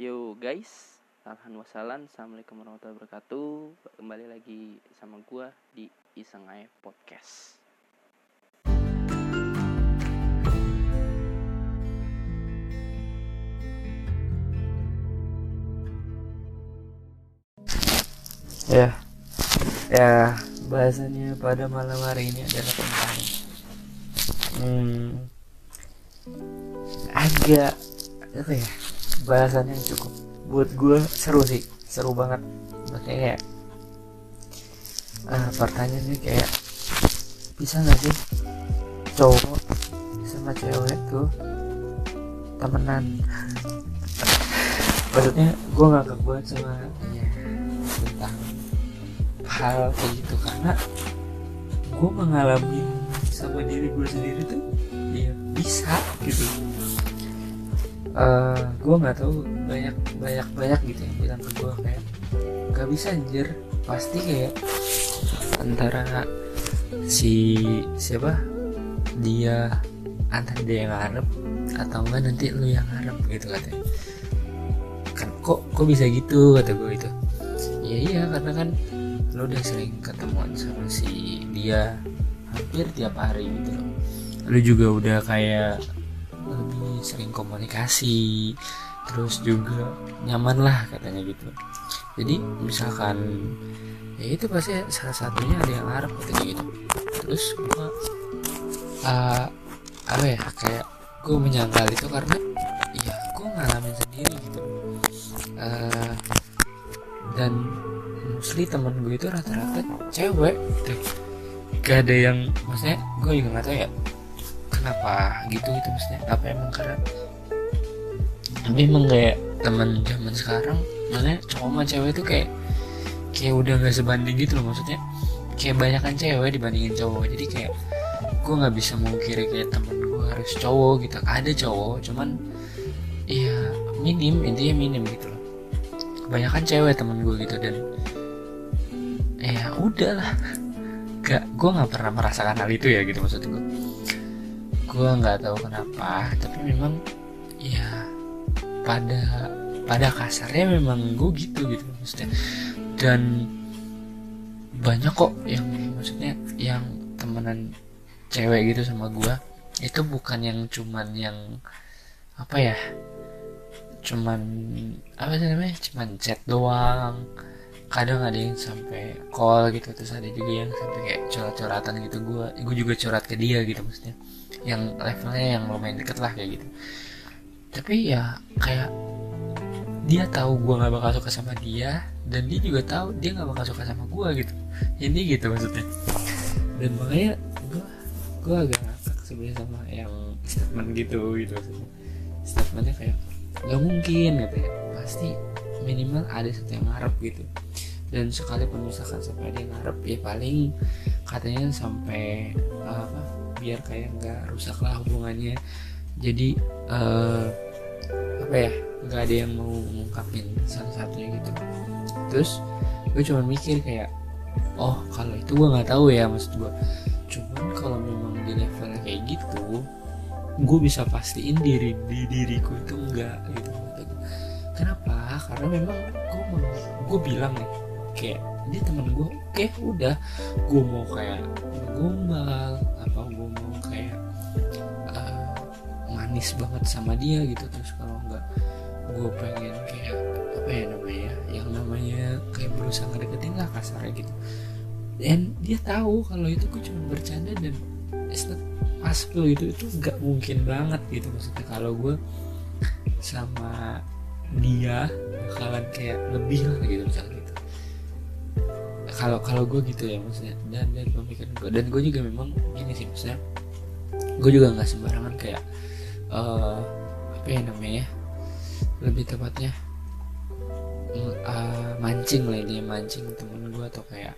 Yo guys, alhamdulillah, assalamualaikum warahmatullahi wabarakatuh. Kembali lagi sama gua di Iseng Aja Podcast. Ya, bahasannya pada malam hari ini adalah tentang agak apa ya, bahasan yang cukup buat gue seru banget. Makanya pertanyaannya kayak, bisa nggak sih cowok sama cewek tuh temenan? Maksudnya gue ngakak banget sama tentang hal kayak gitu, karena gue mengalami sama diri gue sendiri tuh ya bisa gitu. Gue nggak tahu, banyak gitu yang bilang ke gue kayak gak bisa anjir, pasti kayak antara antara dia yang ngarep atau enggak nanti lu yang ngarep gitu katanya. Kan kok bisa gitu kata gue itu. Ya iya, karena kan lo udah sering ketemuan sama si dia hampir tiap hari gitu loh. Lo juga udah kayak lebih sering komunikasi, terus juga nyaman lah katanya gitu. Jadi misalkan ya itu pasti salah satunya ada yang ngarep katanya gitu. Terus gue kayak gue menyangkal itu karena ya gue ngalamin sendiri gitu. Dan mostly temen gue itu rata-rata cewek gitu. Gak ada yang, maksudnya gue juga gak tahu ya kenapa gitu maksudnya apa emang karena tapi emang kayak temen zaman sekarang, maksudnya cowok sama cewek itu kayak udah gak sebanding gitu loh. Maksudnya kayak banyakan cewek dibandingin cowok, jadi kayak gue gak bisa mengkira kayak temen gue harus cowok gitu. Ada cowok cuman ya intinya minim gitu loh. Kebanyakan cewek temen gue gitu, dan ya udahlah, gue nggak pernah merasakan hal itu ya gitu. Maksud gue nggak tahu kenapa, tapi memang ya pada kasarnya memang gue gitu maksudnya. Dan banyak kok yang maksudnya yang temenan cewek gitu sama gue, itu bukan yang cuman cuman chat doang. Kadang ada yang sampai call gitu, terus ada juga yang sampai kayak coret-coretan gitu. Gue juga coret ke dia gitu, maksudnya yang levelnya yang lumayan deket lah kayak gitu. Tapi ya kayak dia tahu gue nggak bakal suka sama dia, dan dia juga tahu dia nggak bakal suka sama gue gitu. Ini gitu maksudnya. Dan makanya gue agak ngakak sebenarnya sama yang statement gitu maksudnya. Statementnya kayak nggak mungkin gitu ya, pasti minimal ada satu yang ngarep gitu. Dan sekalipun misalkan sampai ada yang ngarep, ya paling katanya sampai biar kayak nggak rusak lah hubungannya. Jadi nggak ada yang mau ngungkapin salah satunya gitu. Terus gue cuma mikir kayak, oh kalau itu gue nggak tahu ya, maksud gue. Cuman kalau memang di level kayak gitu, gue bisa pastiin diriku itu enggak gitu. Kenapa? Karena memang gue bilang nih, kayak dia teman gue, oke, udah, gue mau kayak gombal apa gue mau kayak manis banget sama dia gitu. Terus kalau enggak, gue pengen kayak yang namanya kayak berusaha ngedeketin lah kasarnya gitu. Dan dia tahu kalau itu gue cuma bercanda, dan it's not possible gitu. Itu nggak mungkin banget gitu. Maksudnya kalau gue sama dia bakalan kayak lebih lah gitu misalnya gitu. Kalau gue gitu ya maksudnya, dan pemikiran gue. Dan gue juga memang gini sih, maksudnya gue juga nggak sembarangan kayak lebih tepatnya mancing temen gue, atau kayak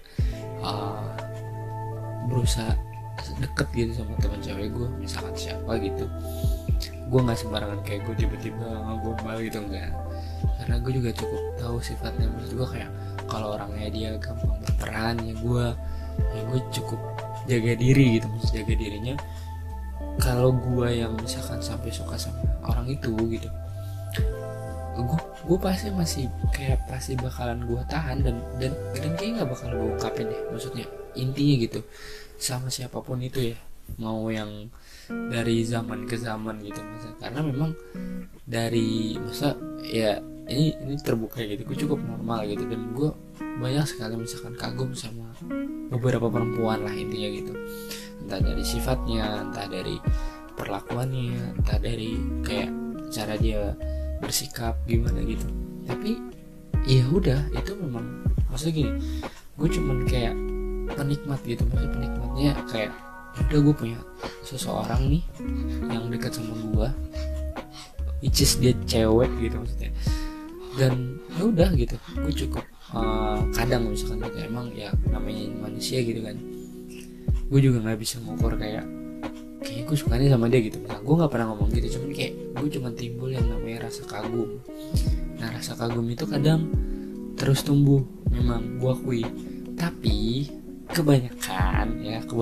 berusaha deket gitu sama teman cewek gue, misalkan siapa gitu. Gue nggak sembarangan kayak gue tiba-tiba ngobrol gitu, enggak. Karena gue juga cukup tahu sifatnya. Maksud gue kayak kalau orangnya dia gampang berperan, ya gue cukup jaga diri gitu. Maksud jaga dirinya, kalau gue yang misalkan sampai suka sama orang itu gitu, gue pasti masih kayak pasti bakalan gue tahan dan kayak nggak bakal gue ungkapin deh, maksudnya intinya gitu sama siapapun itu ya, mau yang dari zaman ke zaman gitu masa, karena memang dari masa ya ini terbuka gitu, gue cukup normal gitu, dan gue banyak sekali misalkan kagum sama beberapa perempuan lah intinya gitu, entah dari sifatnya, entah dari perlakuannya, entah dari kayak cara dia bersikap gimana gitu. Tapi ya udah, itu memang maksudnya gini, gue cuman kayak penikmat gitu, maksudnya penikmatnya kayak udah gue punya seseorang nih yang dekat sama gue, which is dia cewek gitu maksudnya, dan ya udah gitu gue cukup. Kadang misalkan gitu emang ya namanya manusia gitu kan, gue juga nggak bisa ngukur kayak gue sukanya sama dia gitu. Nah, gue nggak pernah ngomong gitu, cuman kayak gue cuma timbul yang namanya rasa kagum. Nah, rasa kagum itu kadang terus tumbuh, memang gue akui. Tapi kebanyakan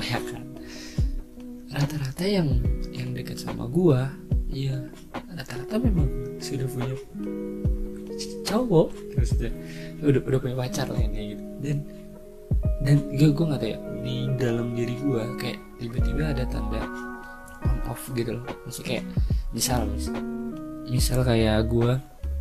rata-rata yang dekat sama gue, ya rata-rata memang sudah punya cowok, maksudnya udah punya pacar lah ini gitu. Dan gue nggak tahu ya, di dalam diri gue kayak tiba-tiba ada tanda on off gitu loh, maksudnya kayak misal kayak gue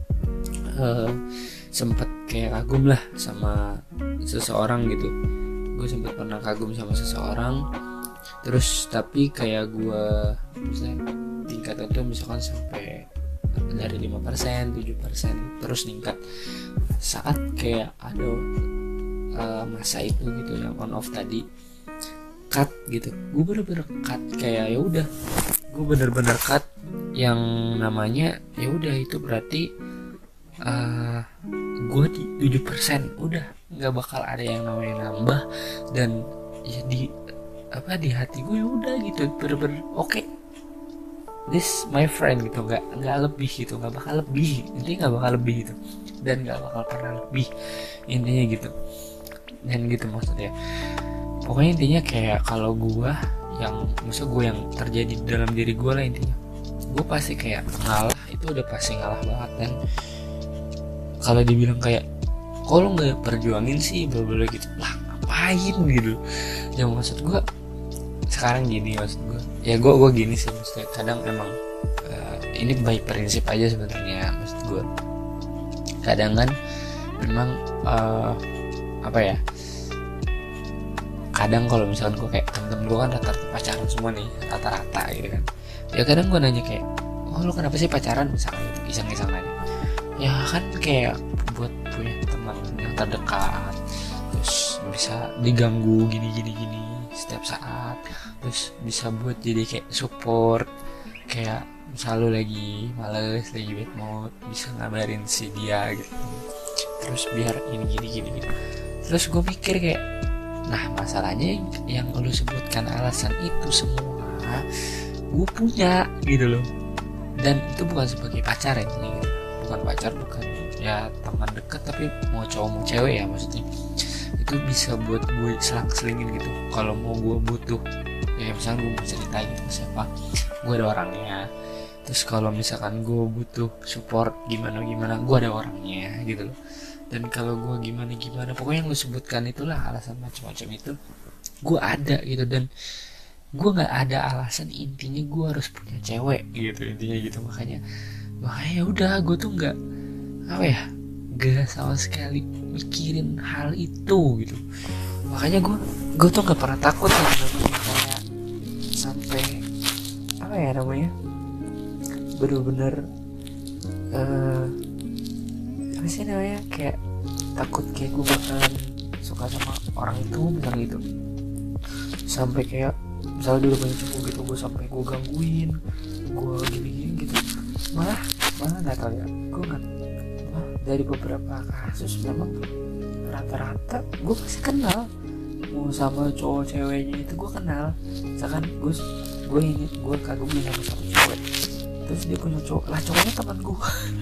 sempet kayak kagum lah sama seseorang gitu, gue sempet pernah kagum sama seseorang, terus tapi kayak gue misalnya tingkatnya tuh misalkan sampai dari 5%, 7% terus meningkat saat kayak ada masa itu gitu yang on off tadi, cut gitu. Gue bener-bener cut, kayak ya udah gue bener-bener cut yang namanya ya udah, itu berarti gue di 7%, udah nggak bakal ada yang namanya nambah, dan ya di hati gue ya udah gitu bener-bener oke. This my friend gitu, nggak lebih gitu, nggak bakal lebih, intinya nggak bakal lebih gitu, dan nggak bakal pernah lebih intinya gitu, dan gitu maksudnya. Pokoknya intinya kayak kalau gue yang terjadi dalam diri gue lah, intinya gue pasti kayak ngalah, itu udah pasti ngalah banget. Dan kalau dibilang kayak kok lo nggak perjuangin sih bla-bla gitu, lah ngapain gitu. Yang maksud gue sekarang gini, maksud gue ya gue gini sih, maksudnya kadang emang ini by prinsip aja sebenarnya, maksud gue kadang kan memang kadang kalau misalkan gue kayak temen-temen gue kan rata-rata pacaran semua nih, rata-rata gitu kan, ya kadang gue nanya kayak lo kenapa sih pacaran misalnya gitu, iseng-iseng aja ya kan, kayak buat punya teman yang terdekat, terus bisa diganggu gini setiap saat, terus bisa buat jadi kayak support, kayak misal lu lagi males, lagi bad mood, bisa ngabarin si dia gitu, terus biar ini gini. Terus gue pikir kayak, nah masalahnya yang lu sebutkan alasan itu semua gue punya gitu loh, dan itu bukan sebagai pacar ya, gitu. Bukan pacar, bukan ya teman dekat, tapi mau cowok mau cewek ya, maksudnya itu bisa buat gue selang-selingin gitu. Kalau mau gue butuh ya misalnya gue mau cerita gitu ke siapa, gue ada orangnya. Terus kalau misalkan gue butuh support gimana gue ada orangnya gitu loh. Dan kalau gue gimana pokoknya yang lu sebutkan itulah alasan macam-macam itu gue ada gitu, dan gue nggak ada alasan intinya gue harus punya cewek gitu intinya gitu. Makanya ya udah, gue tuh nggak sama sekali mikirin hal itu gitu. Makanya gue tuh nggak pernah takut ya kayak sampai bener-bener apa sih namanya, kayak takut kayak gue bakalan suka sama orang itu misalnya gitu, sampai kayak misalnya dulu punya cowok gitu, gue sampai gue gangguin, gue gini gitu. malah nggak tahu ya, gue nggak dari beberapa kasus memang rata-rata gue pasti kenal, mau sama cowok ceweknya itu gue kenal. Misalkan gue kagum sama satu cewek, terus dia punya cowok lah, cowoknya teman gue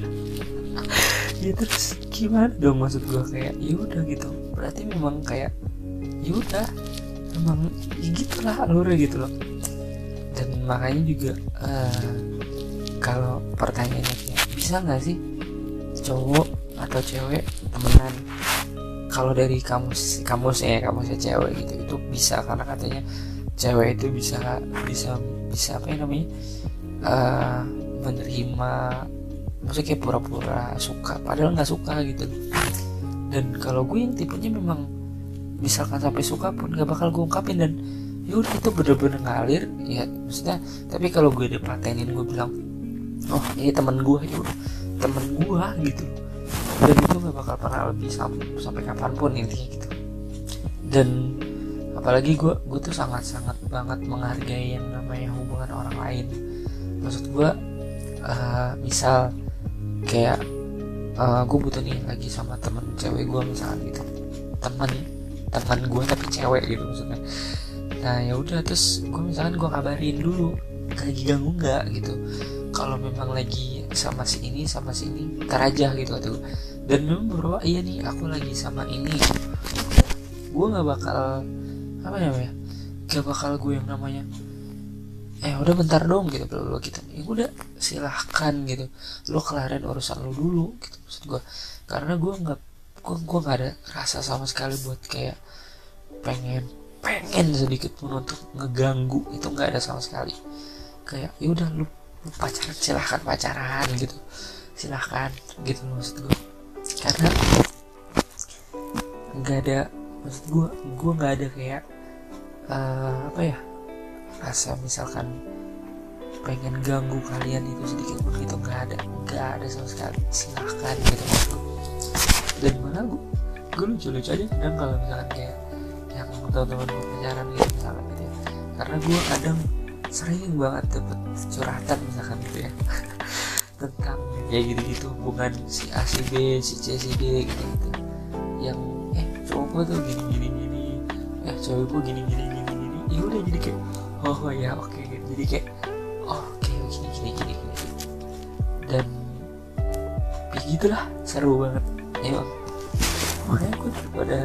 ya terus gimana dong, maksud gue kayak ya udah gitu, berarti memang kayak ya udah memang ya gitulah alurnya gitu loh. Dan makanya juga kalau pertanyaannya kayak bisa nggak sih cowok atau cewek temenan, kalau dari kamusnya cewek gitu itu bisa, karena katanya cewek itu bisa apa ya namanya, menerima, maksudnya kayak pura-pura suka padahal nggak suka gitu. Dan kalau gue yang tipenya memang misalkan sampai suka pun nggak bakal gue ungkapin, dan yaudah itu bener-bener ngalir ya maksudnya. Tapi kalau gue dipatenin, gue bilang oh ini temen gue, yaudah temen gue gitu, dan itu nggak bakal pernah lebih sampai kapanpun intinya gitu. Dan apalagi gue tuh sangat banget menghargai yang namanya hubungan orang lain. Maksud gue misal kayak gue butuh nih lagi sama temen cewek gue misalnya gitu, teman gue tapi cewek gitu maksudnya. Nah ya udah, terus gue misalkan gue kabarin dulu lagi ganggu nggak gitu, kalau memang lagi sama si ini ntar aja gitu kata gue. Dan memang beberapa iya nih aku lagi sama ini gitu. Gue nggak bakal apa namanya, gak bakal gue yang namanya udah bentar dong gitu belum gitu. Ya udah silahkan gitu, lo kelarin urusan lo dulu gitu maksud gue. Karena gue nggak ada rasa sama sekali buat kayak pengen sedikit pun untuk ngeganggu, itu nggak ada sama sekali. Kayak ya udah lu pacaran silahkan pacaran gitu, silahkan gitu maksud gue. Karena nggak ada, maksud gue nggak ada kayak apa ya, rasa misalkan pengen ganggu kalian itu sedikit pun, itu nggak ada sama sekali. Silahkan gitu maksud gue. Dan malah gue lucu aja kadang kalau misalkan kayak yang teman-teman gue pacaran gitu misalkan gitu ya, karena gue kadang sering banget dapet curhatan misalkan gitu ya tentang ya gitu hubungan si A si B si C si D gitu yang cowok gue tuh gini cowok gue gini ya udah jadi kayak oh ya oke gitu. Jadi kayak oke gini dan ya gitulah, seru banget ya. Makanya gue daripada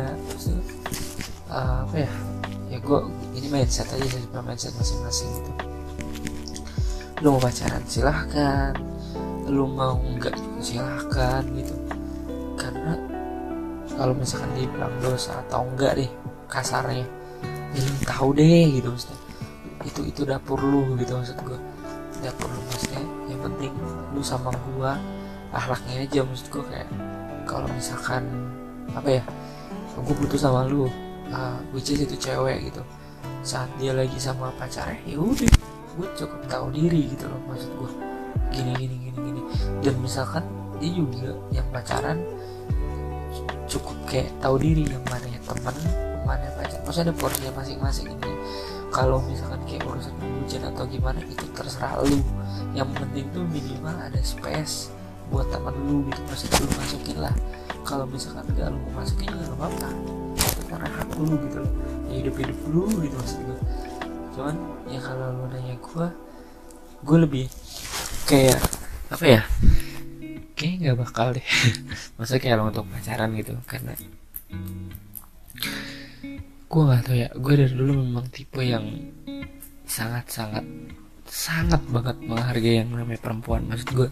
apa ya gue ini mindset aja sih, mindset masing-masing gitu. Lu mau pacaran silahkan, lu mau enggak silahkan gitu. Karena kalau misalkan dibilang dosa atau enggak deh kasarnya, ya lu tahu deh gitu maksudnya. Itu dapur lu gitu maksud gue, dapur lu maksudnya. Yang penting lu sama gua akhlaknya aja maksud gue. Kayak kalau misalkan apa ya, gue butuh sama lu, which is itu cewek gitu, saat dia lagi sama pacarnya ya udah gue cukup tahu diri gitu loh maksud gue, gini. Dan misalkan dia juga yang pacaran cukup kayak tahu diri yang mana yang teman, mana yang pacar. Maksudnya ada porsinya masing-masing gitu. Kalau misalkan kayak urusan hujan atau gimana itu terserah lu, yang penting tuh minimal ada space buat teman lu gitu. Maksudnya lu masukin lah, kalau misalkan gak lu mau masukin ya gak apa-apa, itu karena hak lu gitu loh, ya hidup lu gitu maksud gue. Cuman ya kalau lu nanya gue lebih kayak apa ya, kayak nggak bakal deh maksudnya kayak lo untuk pacaran gitu. Karena gue nggak tahu ya, gue dari dulu memang tipe yang sangat banget menghargai yang namanya perempuan. Maksud gue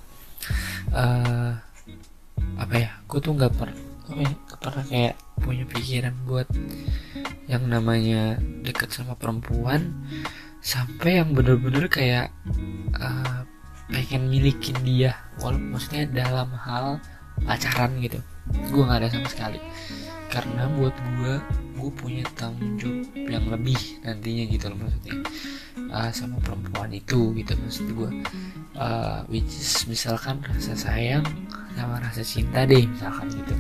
apa ya, gue tuh nggak pernah kayak punya pikiran buat yang namanya deket sama perempuan sampai yang bener-bener kayak pengen milikin dia, walaupun maksudnya dalam hal pacaran gitu. Gue nggak ada sama sekali, karena buat gue punya tanggung jawab yang lebih nantinya gitu loh maksudnya sama perempuan itu gitu maksud gue, which is misalkan rasa sayang sama rasa cinta deh misalkan gitu.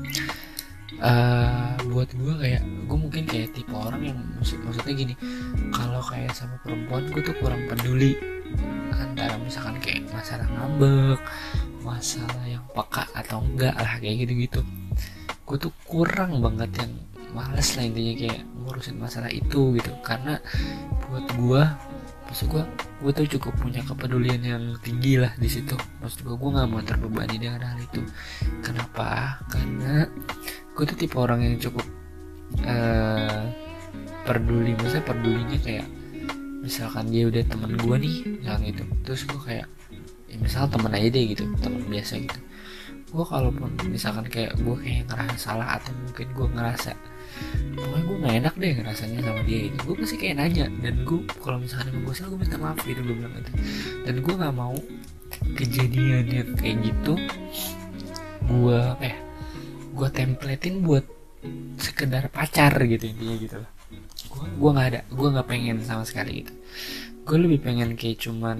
Buat gue kayak gue mungkin kayak tipe orang yang maksudnya gini, kalau kayak sama perempuan gue tuh kurang peduli antara misalkan kayak masalah ngambek, masalah yang peka atau enggak lah kayak gitu. Gue tuh kurang banget yang males lah intinya kayak ngurusin masalah itu gitu. Karena buat gue, maksud gue tuh cukup punya kepedulian yang tinggi lah di situ. Maksud gue nggak mau terbebani dengan hal itu. Kenapa? Karena gue tuh tipe orang yang cukup peduli. Maksudnya pedulinya kayak misalkan dia udah teman gue nih misalkan gitu, terus gue kayak ya misal teman aja deh gitu, teman biasa gitu, gue kalaupun misalkan kayak gue kayak ngerasa salah atau mungkin gue ngerasa pokoknya gue gak enak deh ngerasanya sama dia gitu, gue pasti kayak nanya. Dan gue kalau misalkan emang gue salah, gue minta maaf gitu, gue bilang gitu. Dan gue gak mau kejadian yang kayak gitu gue templatein buat sekedar pacar gitu, intinya gitu loh. Gue nggak pengen sama sekali gitu. Gue lebih pengen kayak cuman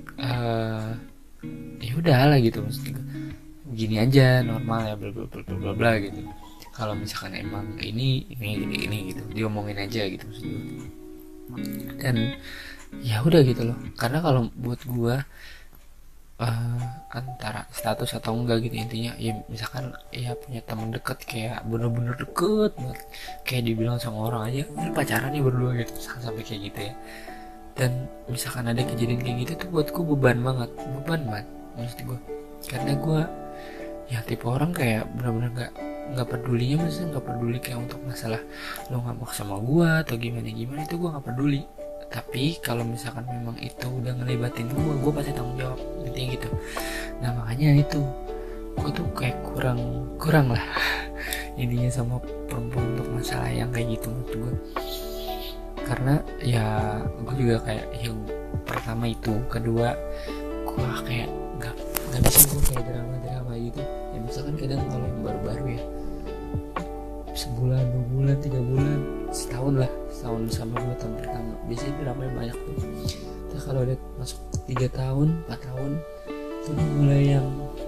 ya udah lah gitu, maksudnya gini aja normal ya, bla bla bla bla bla gitu. Kalau misalkan emang ini gitu, diomongin aja gitu maksudnya. Dan ya udah gitu loh. Karena kalau buat gue antara status atau enggak gitu, intinya ya misalkan ya punya teman deket kayak bener-bener deket banget, kayak dibilang sama orang aja ini pacaran nih berdua gitu, sampai kayak gitu ya. Dan misalkan ada kejadian kayak gitu tuh buatku beban banget maksud gue. Karena gue ya tipe orang kayak bener-bener nggak pedulinya, maksudnya nggak peduli kayak untuk masalah lo nggak mau sama gue atau gimana itu gue nggak peduli. Tapi kalau misalkan memang itu udah ngelibatin gue pasti tanggung jawab, intinya gitu. Nah makanya itu gue tuh kayak kurang lah intinya sama perempuan untuk masalah yang kayak gitu menurut gue. Karena ya gue juga kayak yang pertama itu, kedua gue kayak nggak bisa gue kayak drama gitu ya. Misalkan kadang kalau yang baru-baru ya sebulan, 2 bulan, 3 bulan, setahun sama 2 tahun pertama biasanya dramanya banyak tuh. Terus kalau udah masuk 3 tahun 4 tahun itu udah mulai yang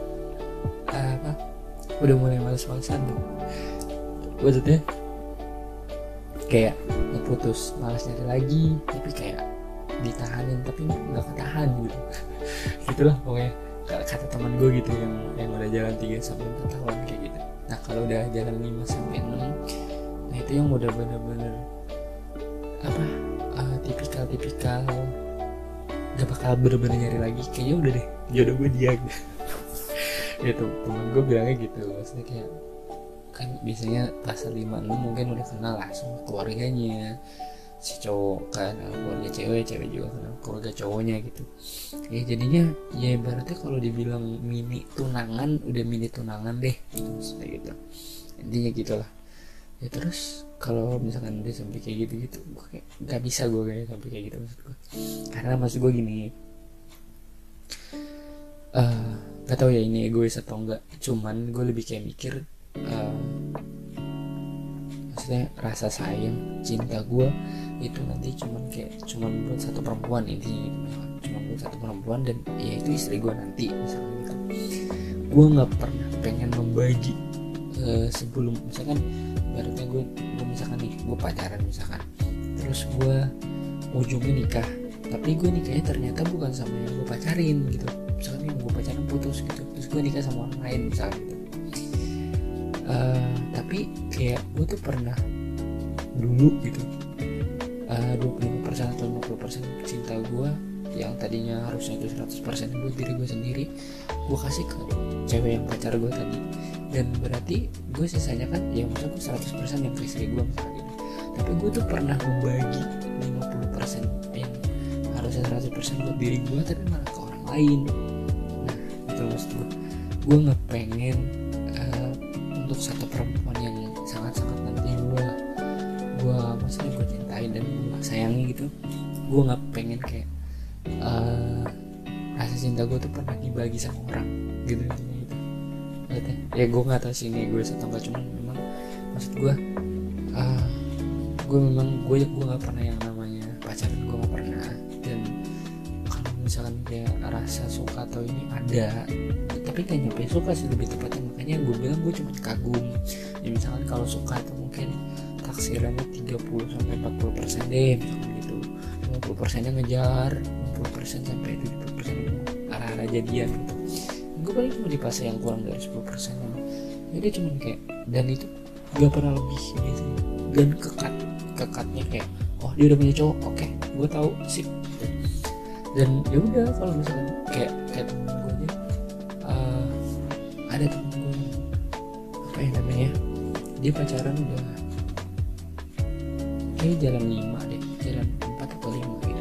udah mulai males-malesan tuh. Maksudnya kayak putus, malas nyari lagi, tapi kayak ditahanin tapi nggak ketahan gitu. Gitulah pokoknya kata teman gue gitu yang udah jalan 3-4 tahun kayak gitu. Nah kalau udah jalan 5-6, nah itu yang udah bener-bener tipikal gak bakal bener-bener nyari lagi, kayaknya udah deh jodoh gue dia gitu. Itu temen gue bilangnya gitu, maksudnya kayak kan biasanya pas 5-6 mungkin udah kenal lah sama keluarganya si cowok kan, keluarga cewek juga kenal keluarga cowoknya gitu ya. Jadinya ya ibaratnya kalau dibilang mini tunangan, udah mini tunangan deh gitu, maksudnya gitu, intinya gitulah ya. Terus kalau misalkan dia sampai kayak gitu gue kayak nggak bisa gue kayak sampai kayak gitu maksud gue. Karena maksud gue gini, nggak tahu ya ini egois atau enggak, cuman gue lebih kayak mikir maksudnya rasa sayang cinta gue itu nanti cuman buat satu perempuan, intinya gitu, cuman buat satu perempuan dan ya itu istri gue nanti misalnya gitu. Gue nggak pernah pengen membagi sebelum misalkan barunya gue misalkan nih gue pacaran misalkan, terus gue ujungnya nikah, tapi gue nikahnya ternyata bukan sama yang gue pacarin gitu. Misalkan nih gue pacaran putus gitu, terus gue nikah sama orang lain misalnya gitu. Tapi kayak gue tuh pernah dulu gitu 25% atau 50% cinta gue yang tadinya harusnya itu 100% buat diri gue sendiri, gue kasih ke cewek yang pacar gue tadi. Dan berarti gue sisanya kan ya maksud gue 100% yang ke istri gue misalnya gitu. Tapi gue tuh pernah membagi 50% yang harusnya 100% buat diri gue tapi malah ke orang lain. Nah itu maksud gue gak pengen untuk satu perempuan yang sangat-sangat nanti gue maksudnya gue cintai dan gue sayangi gitu, gue nggak pengen kayak rasa cinta gue tuh pernah dibagi sama orang gitu gitu. Ya gue nggak tahu sih ini gue atau nggak, cuman memang maksud gue gue nggak pernah yang namanya pacaran, gue nggak pernah. Dan kalau misalkan kayak rasa suka atau ini ada, tapi gak nyampe suka sih lebih tepatnya. Makanya gue bilang gue cuma kagum ya. Misalkan kalau suka itu mungkin taksirannya 30-40% deh misalkan gitu, 50% nya ngejar, 60% sampai 70% arah-arah jadian gitu. Gue paling cuma di fase yang kurang dari 10% jadi cuma kayak, dan itu gak pernah lebih biasanya. Dan kekatnya kayak oh dia udah punya cowok, oke, gue tahu sip. Dan ya udah kalau misalkan kayak temen gue aja ada temen gue apa ya namanya, dia pacaran udah kayak jalan 5 deh, jalan 4 atau 5 gitu.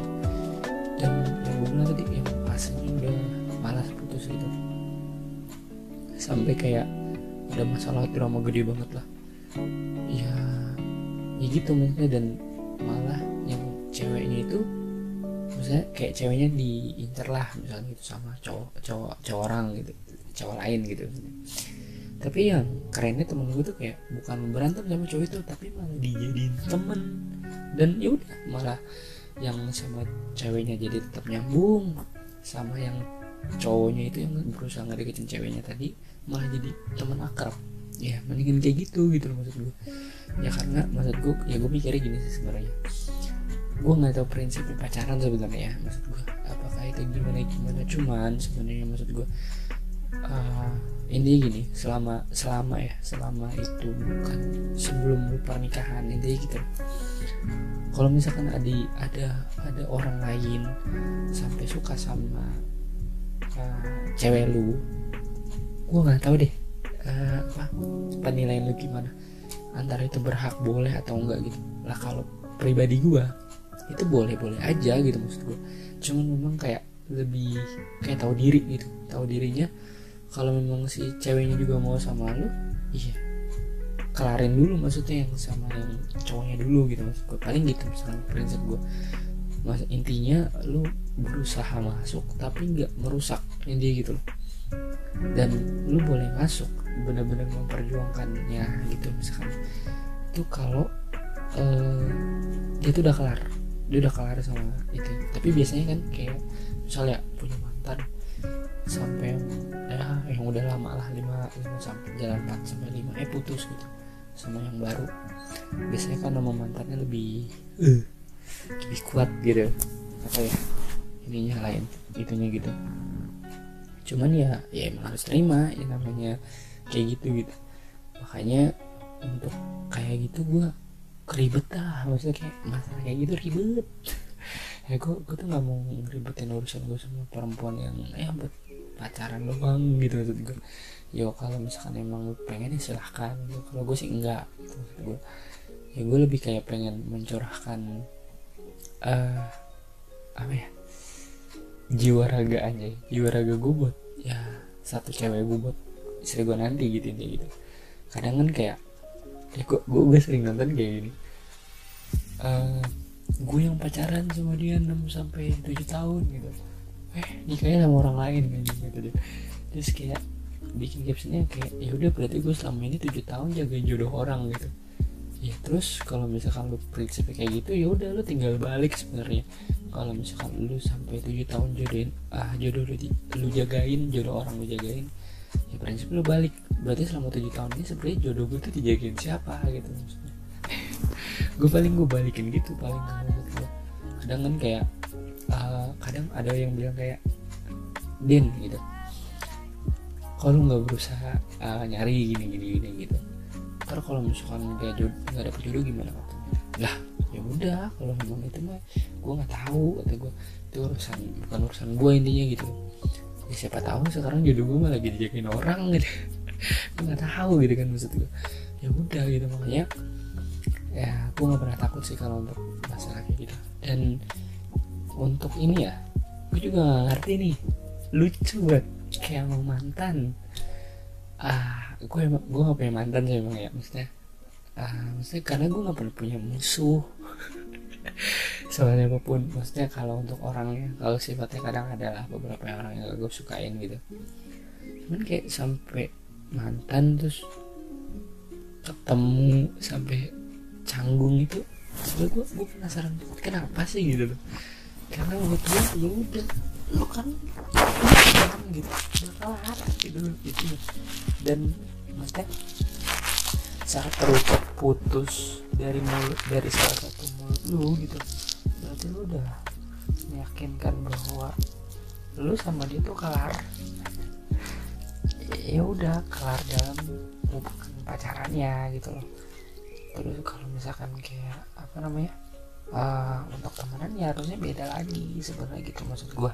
Dan yang gue bilang tadi yang fasenya udah malas putus gitu, sampai kayak ada masalah drama gede banget lah ya gitu maksudnya. Dan malah yang ceweknya itu misalnya kayak ceweknya diincar lah misalnya gitu sama cowok orang gitu, cowok lain gitu. Tapi yang kerennya temen gue tuh kayak bukan berantem sama cowok itu, tapi malah dijadiin temen. Dan ya udah malah yang sama ceweknya jadi tetap nyambung, sama yang cowoknya itu yang berusaha ngedeketin ceweknya tadi malah jadi teman akrab. Ya mendingan kayak gitu loh maksud gue. Ya karena maksud gue ya gue mikirnya gini sih sebenarnya, gue nggak tahu prinsipnya pacaran sebenarnya ya, maksud gue apakah itu gimana cuman sebenarnya maksud gue intinya gini, selama itu bukan sebelum pernikahan, intinya gitu. Kalau misalkan ada orang lain sampai suka sama cewek lu, gue nggak tahu deh penilaian lu gimana, antara itu berhak boleh atau enggak gitu lah. Kalau pribadi gue itu boleh aja gitu maksud gue, cuman memang kayak lebih kayak tahu diri gitu, tahu dirinya. Kalau memang si ceweknya juga mau sama lu, iya kelarin dulu maksudnya yang sama yang cowoknya dulu gitu maksud gue. Paling gitu misalnya prinsip gue, intinya lu berusaha masuk tapi nggak merusak, intinya gitu loh. Dan lu boleh masuk benar-benar memperjuangkannya gitu misalkan itu kalau dia tuh udah kelar sama itu. Tapi biasanya kan kayak misalnya punya mantan sampai yang udah lama lah 5 sampai jalan 4 sampai 5 putus gitu sama yang baru, biasanya kan nama mantannya lebih kuat gitu, apa ya ininya lain itunya gitu. Cuman ya emang harus terima ya namanya kayak gitu. Makanya untuk kayak gitu gue keribet lah, maksudnya kayak masalah kayak gitu ribet. Ya gue tuh nggak mau ngeribetin urusan gue sama perempuan yang buat pacaran doang gitu maksud gue. Yo kalau misalkan emang lu pengen ya silahkan gitu. Kalau gue sih enggak gitu, maksud gue ya gue lebih kayak pengen mencurahkan apa ya, jiwa raga gue buat ya satu cewek gue buat istri gue nanti gitu gitu. Kadang kan kayak gue sering nonton kayak gini, gue yang pacaran sama dia 6 sampai 7 tahun gitu, nikahnya sama orang lain kan gitu deh. Terus kayak bikin captionnya kayak ya udah berarti gue selama ini 7 tahun jagain jodoh orang gitu. Ya terus kalau misalkan lu prinsipnya kayak gitu ya udah lu tinggal balik sebenarnya. Kalau misalkan lu sampai 7 tahun jodohin jodoh lu jagain, jodoh orang lu jagain, ya prinsip lu balik. Berarti selama 7 tahun ini sebenarnya jodoh gue tuh dijagain siapa gitu maksudnya. gue balikin gitu paling menurut gue. Kadang kan kayak kadang ada yang bilang kayak Den gitu, kalau nggak berusaha nyari gini gitu, ntar kalau misalkan nggak dapet jodoh gimana katanya. Lah ya udah kalau memang itu mah gue nggak tahu, kata gue itu bukan urusan gue intinya gitu. Ya siapa tahu sekarang jodoh gue malah lagi dijagain orang gitu. Gue nggak tahu gitu kan maksud gue. Ya udah gitu, makanya ya gue nggak pernah takut sih kalau untuk masalah kayak gitu. Dan untuk ini ya gue juga nggak ngerti nih, lucu banget kayak mau mantan. Gue nggak punya mantan sih emang ya, maksudnya karena gue nggak pernah punya musuh. Soalnya apapun, maksudnya kalau untuk orangnya, kalau sifatnya kadang adalah beberapa orang yang gak gue sukain gitu. Cuman kayak sampai mantan terus ketemu sampai canggung itu, gue penasaran kenapa sih gitu loh. Karena menurut gue ya udah lo kan gitu udah kelar gitu gitu. Dan maksudnya saat terucap putus dari salah satu mulut lu gitu, berarti lu udah meyakinkan bahwa lu sama dia tuh kelar. Ya udah kelar dalam hubungan pacarannya gitu loh. Terus kalau misalkan kayak apa namanya untuk temenan ya harusnya beda lagi sebenarnya gitu maksud gue.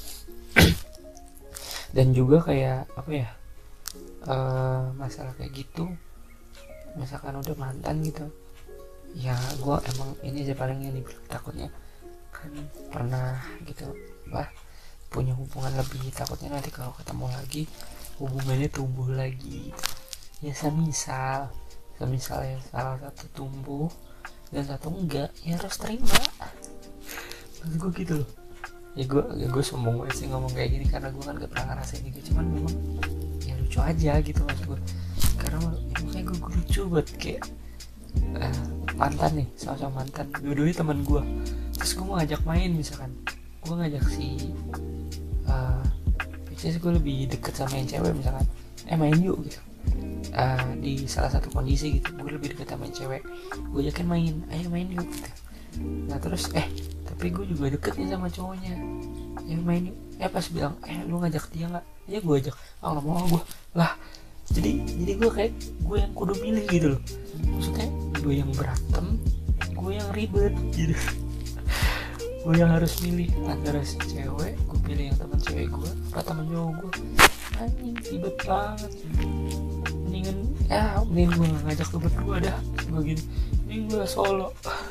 Dan juga kayak apa ya, masalah kayak gitu misalkan udah mantan gitu ya, gue emang ini aja paling yang dibilang takutnya kan pernah gitu punya hubungan lebih, takutnya nanti kalau ketemu lagi hubungannya tumbuh lagi gitu. Ya semisal ya salah satu tumbuh dan satu enggak, ya harus terima. Maksud gue gitu loh. Ya gue sombong banget sih ngomong kayak gini karena gue kan gak pernah ngerasain gitu, cuman memang ya lucu aja gitu maksud gue. Karena makanya gue lucu buat kayak mantan nih, sama mantan dua-duanya teman gue, terus gue mau ngajak main, misalkan gue ngajak si biasanya gue lebih deket sama yang cewek, misalkan main yuk gitu. Di salah satu kondisi gitu gue lebih deket sama yang cewek, gue ajakin main, ayo main yuk gitu. Nah terus tapi gue juga deket nih sama cowoknya, ya main yuk. Pas bilang lu ngajak dia nggak, ya gue ajak. Nggak mau gue lah. Jadi gue kayak gue yang kudu milih gitu loh, maksudnya gue yang berantem, gue yang ribet gitu. Gue yang harus milih antara si cewek, gue pilih yang teman cewek gue apa teman cowok gue. Anjing ribet banget. Mending gue ngajak lu berdua dah, gue gini, mending gue solo.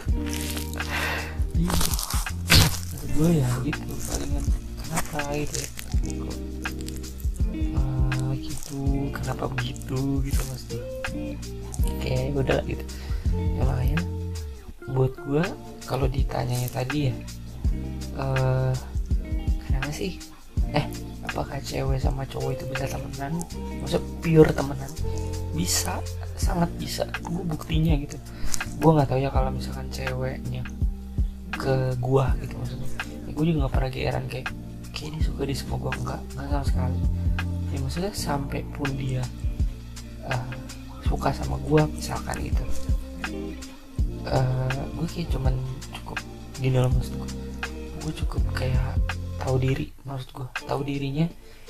Ribet. Gue ya gitu palingan. Kenapa gitu ya? Gitu, kenapa begitu gitu maksudnya. Oke, udah lah gitu. Ya makanya buat gue kalau ditanyanya tadi ya, kenapa sih apakah cewek sama cowok itu bisa temenan, maksudnya pure temenan? Bisa, sangat bisa. Gue buktinya gitu. Gue nggak tahu ya kalau misalkan ceweknya ke gue gitu maksudnya ya, gue juga nggak pernah geeran kayak dia suka di semua gue, nggak sama sekali ya. Maksudnya sampai pun dia suka sama gue misalkan gitu, gue kayak cuman cukup gini loh, maksud gue cukup kayak tahu diri, maksud gue tahu dirinya.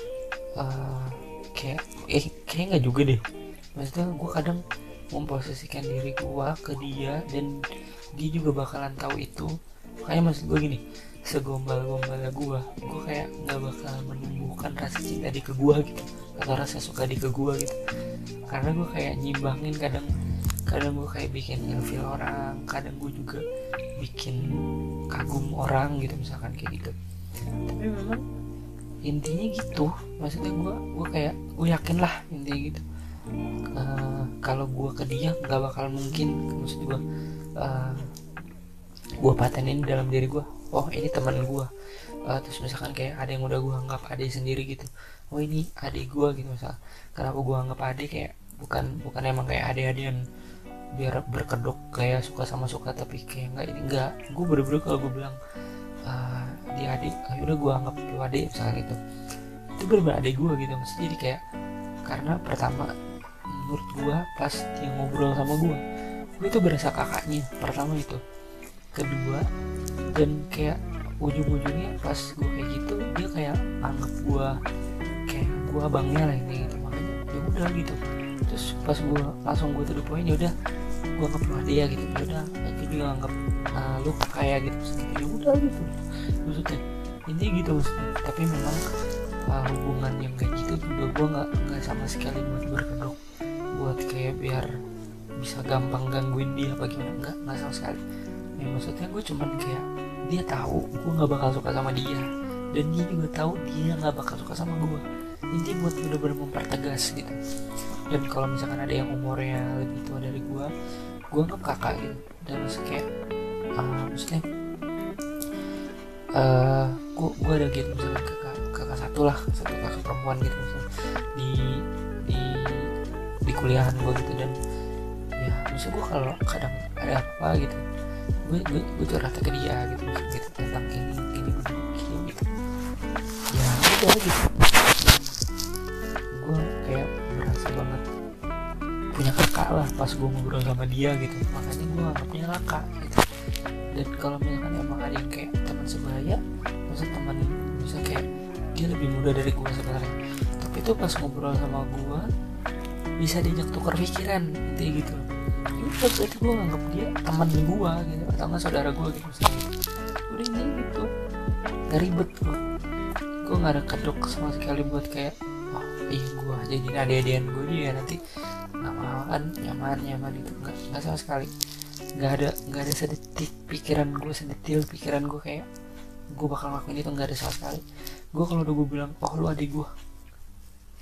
Kayak nggak juga deh, maksudnya gue kadang memposisikan diri gue ke dia dan dia juga bakalan tahu itu. Makanya maksud gue gini, segombal-gombalnya gue kayak nggak bakal menumbuhkan rasa cinta di ke gue gitu, atau rasa suka di ke gue gitu, karena gue kayak nyimbangin. Kadang gue kayak bikin ilfil orang, kadang gue juga bikin kagum orang gitu misalkan kayak gitu. Tapi memang intinya gitu, maksudnya gue kayak gue yakin lah intinya gitu. Kalau gue ke dia nggak bakal mungkin, maksud gue patenin dalam diri gue, oh ini teman gue. Terus misalkan kayak ada yang udah gue anggap adik sendiri gitu, oh ini adik gue gitu misalkan. Kenapa gue anggap adik, kayak bukan emang kayak adik-adikan biar berkedok kayak suka, tapi kayak enggak. Gue bener-bener kalau gue bilang dia adik, udah gue anggap lu adik misalkan gitu, itu bener-bener adik gue gitu. Maksudnya jadi kayak, karena pertama menurut gue pas dia ngobrol sama gue itu berasa kakaknya pertama itu. Kedua, dan kayak ujung-ujungnya pas gue kayak gitu dia kayak anggap gue kayak gue abangnya lah ini gitu. Makanya ya udah gitu. Terus pas gue langsung gue to the point, ya udah gue anggap lu dia gitu. Ya udah aku juga anggap lu kayak gitu. Ya udah gitu maksudnya, ini gitu maksudnya. Tapi memang hubungan yang kayak gitu juga gue nggak sama sekali buat berkedok, buat kayak biar bisa gampang gangguin dia apa gimana, nggak sama sekali. Ya maksudnya gue cuman kayak dia tahu gue nggak bakal suka sama dia, dan dia juga tahu dia nggak bakal suka sama gue. Intinya buat bener-bener mempertegas gitu. Dan kalau misalkan ada yang umurnya lebih tua dari gue anggap kakak gitu. Dan kayak maksudnya gue ada gitu misalnya kakak satu kakak perempuan gitu misalnya di kuliahan gue gitu. Dan ya maksudnya gue kalau kadang ada apa gitu, gue curhat ke dia gitu tentang ini gitu. Ya udah gitu, gue kayak merasa banget punya kakak lah pas gue ngobrol sama dia gitu. Makanya gue anggapnya kakak gitu. Dan kalau misalkan emang ada yang kayak teman sebaya, maksudnya teman misalnya kayak dia lebih muda dari gue sebenarnya, tapi itu pas ngobrol sama gue bisa diajak tukar pikiran intinya gitu. Terus itu gue nganggap dia teman gue gitu, atau nggak saudara gue gitu misalnya. Udah ini gitu, nggak ribet gue nggak ada kedok sama sekali buat kayak gue jadiin adik-adikan gue dia nanti nggak mau kan, nyaman itu nggak sama sekali. Nggak ada sedetik pikiran gue kayak gue bakal ngelakuin itu, nggak ada sama sekali. Gue kalau udah gue bilang lu adik gue,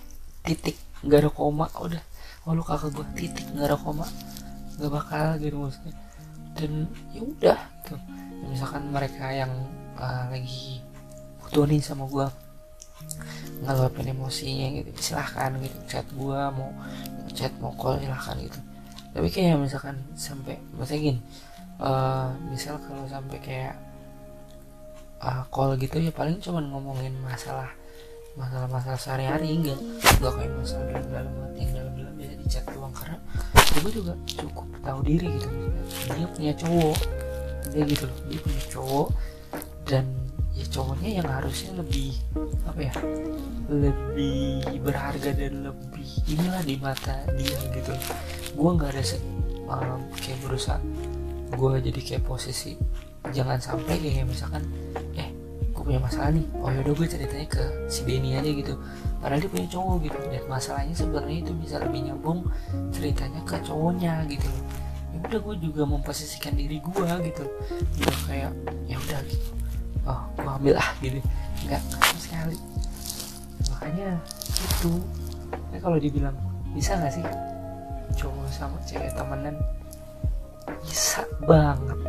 titik nggak ada koma udah, oh lu kakak gue titik nggak ada koma, nggak bakal gitu maksudnya. Dan ya udah tuh misalkan mereka yang lagi butuh nih sama gue ngeluapin emosinya gitu, silahkan gitu, chat gue, mau chat mau call silahkan gitu. Tapi kayak misalkan sampai misalnya gini, misal kalau sampai kayak call gitu ya paling cuman ngomongin masalah sehari-hari, enggak kayak masalah dalam yang dalam bisa di chat doang, karena gue juga cukup tahu diri gitu. Dia punya cowok, dia gitu loh, dia punya cowok, dan ya cowoknya yang harusnya lebih apa ya, lebih berharga dan lebih inilah di mata dia gitu loh. Gue nggak ada kayak berusaha gue jadi kayak posisi jangan sampai kayak misalkan gue punya masalah nih, oh yaudah gue ceritanya ke si Benny aja gitu, padahal dia punya cowok gitu, dan masalahnya sebenarnya itu bisa lebih nyambung ceritanya ke cowoknya gitu loh. Ya udah gue juga memposisikan diri gue gitu, udah kayak ya udah gitu, oh gue ambil gitu, nggak sama sekali. Makanya itu kalau dibilang bisa nggak sih cowok sama cewek temenan, bisa banget.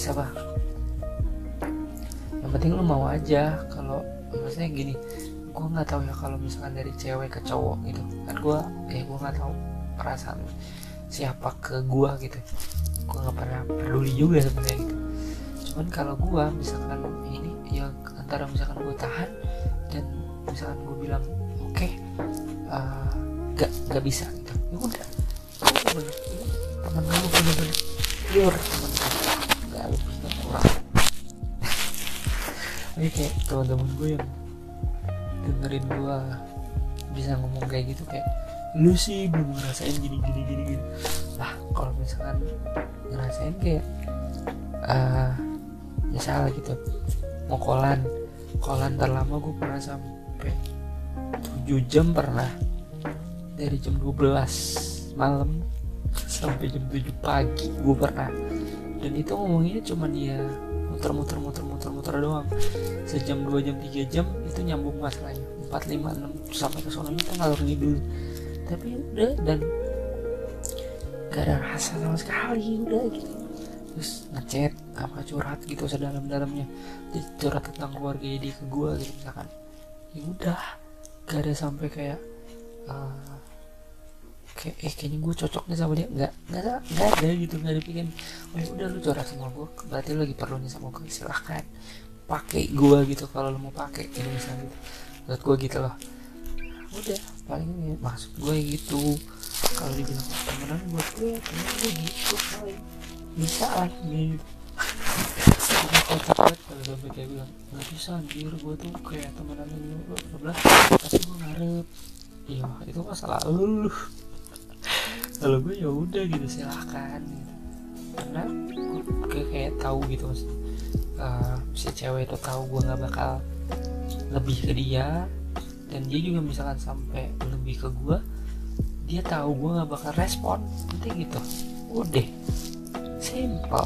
Yang penting lu mau aja. Kalau maksudnya gini, gue nggak tahu ya kalau misalkan dari cewek ke cowok gitu kan, gue nggak tahu perasaan siapa ke gue gitu, gue nggak pernah peduli juga sebenarnya gitu. Cuman kalau gue misalkan ini ya antara misalkan gue tahan dan misalkan gue bilang oke, nggak bisa gitu, ya udah bener temen lu bener-bener pure temen, nggak lebih nggak kurang. Ini kayak teman-teman gue yang dengerin gue bisa ngomong kayak gitu, kayak lu sih belum ngerasain gini lah. Kalau misalkan ngerasain kayak misalnya gitu mau kolan terlama gue pernah sampai 7 jam, pernah dari jam 12 malam sampai jam 7 pagi gue pernah. Dan itu ngomonginnya cuman ya muter doang, sejam 2 jam 3 jam itu nyambung masalahnya, 4, 5, 6 sampai ke sono kita ngalur ngidul. Tapi udah, dan gak ada rasa sama sekali, udah gitu. Terus ngechat apa curhat gitu sedalam-dalamnya, curhat tentang keluarga dia ke gue gitu misalkan, ya udah gak ada sampai kayak kayaknya gue cocok nih sama dia, nggak ada gitu, nggak ada pikiran oh ya udah lu curhat sama gue berarti lu lagi perlu nih sama gue, silahkan pakai gue gitu kalau lu mau pakai ini misalnya gitu. Menurut gue gitu loh, udah paling ini maksud gue gitu. Kalau dibilang temenan buat gue gitu paling bisa lah gitu. Kocak banget kalau sampai kayak bilang nggak bisa anjir, gue tuh kayak temenan lu tapi gue ngarep, iya itu masalah lu. Kalau gue ya udah gitu, silahkan gitu. Karena gue kayak tahu gitu si cewek itu tahu gue nggak bakal lebih ke dia, dan dia juga misalkan sampai lebih ke gue, dia tahu gue nggak bakal respon nanti gitu. Udah simple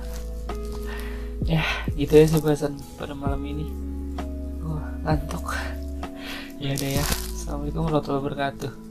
ya gitu ya bahasan pada malam ini. Ngantuk ya udah ya. Assalamualaikum warahmatullahi wabarakatuh.